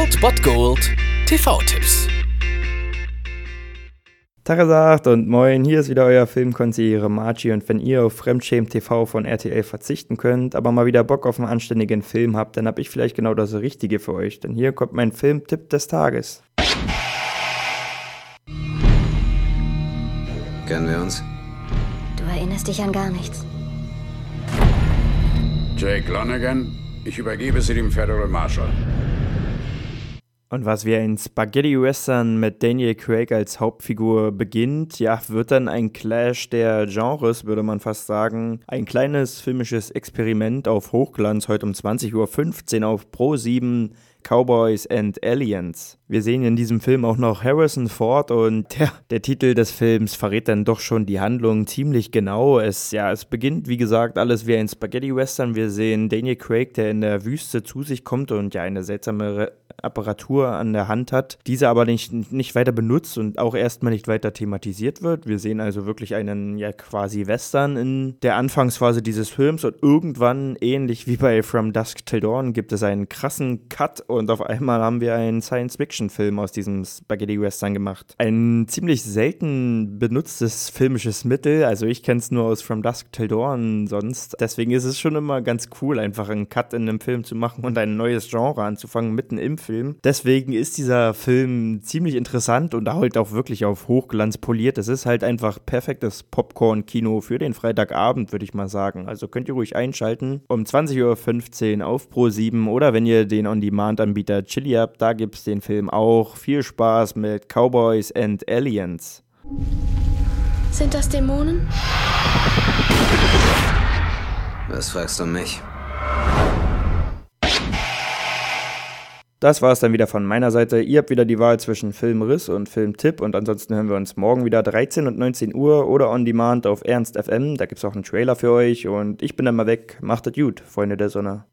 Old Bot Gold TV-Tipps. Tagesacht und moin, hier ist wieder euer Filmkonsigliere Margie und wenn ihr auf Fremdschämen TV von RTL verzichten könnt, aber mal wieder Bock auf einen anständigen Film habt, dann hab ich vielleicht genau das Richtige für euch, denn hier kommt mein Filmtipp des Tages. Kennen wir uns? Du erinnerst dich an gar nichts. Jake Lonergan, ich übergebe Sie dem Federal Marshal. Und was wie ein Spaghetti-Western mit Daniel Craig als Hauptfigur beginnt, ja, wird dann ein Clash der Genres, würde man fast sagen. Ein kleines filmisches Experiment auf Hochglanz, heute um 20:15 Uhr auf Pro7, Cowboys and Aliens. Wir sehen in diesem Film auch noch Harrison Ford und der Titel des Films verrät dann doch schon die Handlung ziemlich genau. Es beginnt, wie gesagt, alles wie ein Spaghetti-Western. Wir sehen Daniel Craig, der in der Wüste zu sich kommt und eine seltsame Apparatur an der Hand hat, diese aber nicht weiter benutzt und auch erstmal nicht weiter thematisiert wird. Wir sehen also wirklich einen quasi Western in der Anfangsphase dieses Films und irgendwann, ähnlich wie bei From Dusk Till Dawn, gibt es einen krassen Cut und auf einmal haben wir einen Science-Fiction-Film aus diesem Spaghetti-Western gemacht. Ein ziemlich selten benutztes filmisches Mittel, also ich kenne es nur aus From Dusk Till Dawn sonst. Deswegen ist es schon immer ganz cool, einfach einen Cut in einem Film zu machen und ein neues Genre anzufangen, mitten im Film. Deswegen ist dieser Film ziemlich interessant und halt auch wirklich auf Hochglanz poliert. Es ist halt einfach perfektes Popcorn-Kino für den Freitagabend, würde ich mal sagen. Also könnt ihr ruhig einschalten um 20:15 Uhr auf Pro7 oder wenn ihr den On-Demand-Anbieter Chili habt, da gibt es den Film auch. Viel Spaß mit Cowboys and Aliens. Sind das Dämonen? Was fragst du mich? Das war es dann wieder von meiner Seite. Ihr habt wieder die Wahl zwischen Filmriss und Filmtipp und ansonsten hören wir uns morgen wieder 13 und 19 Uhr oder on demand auf Ernst FM. Da gibt es auch einen Trailer für euch und ich bin dann mal weg. Macht es gut, Freunde der Sonne.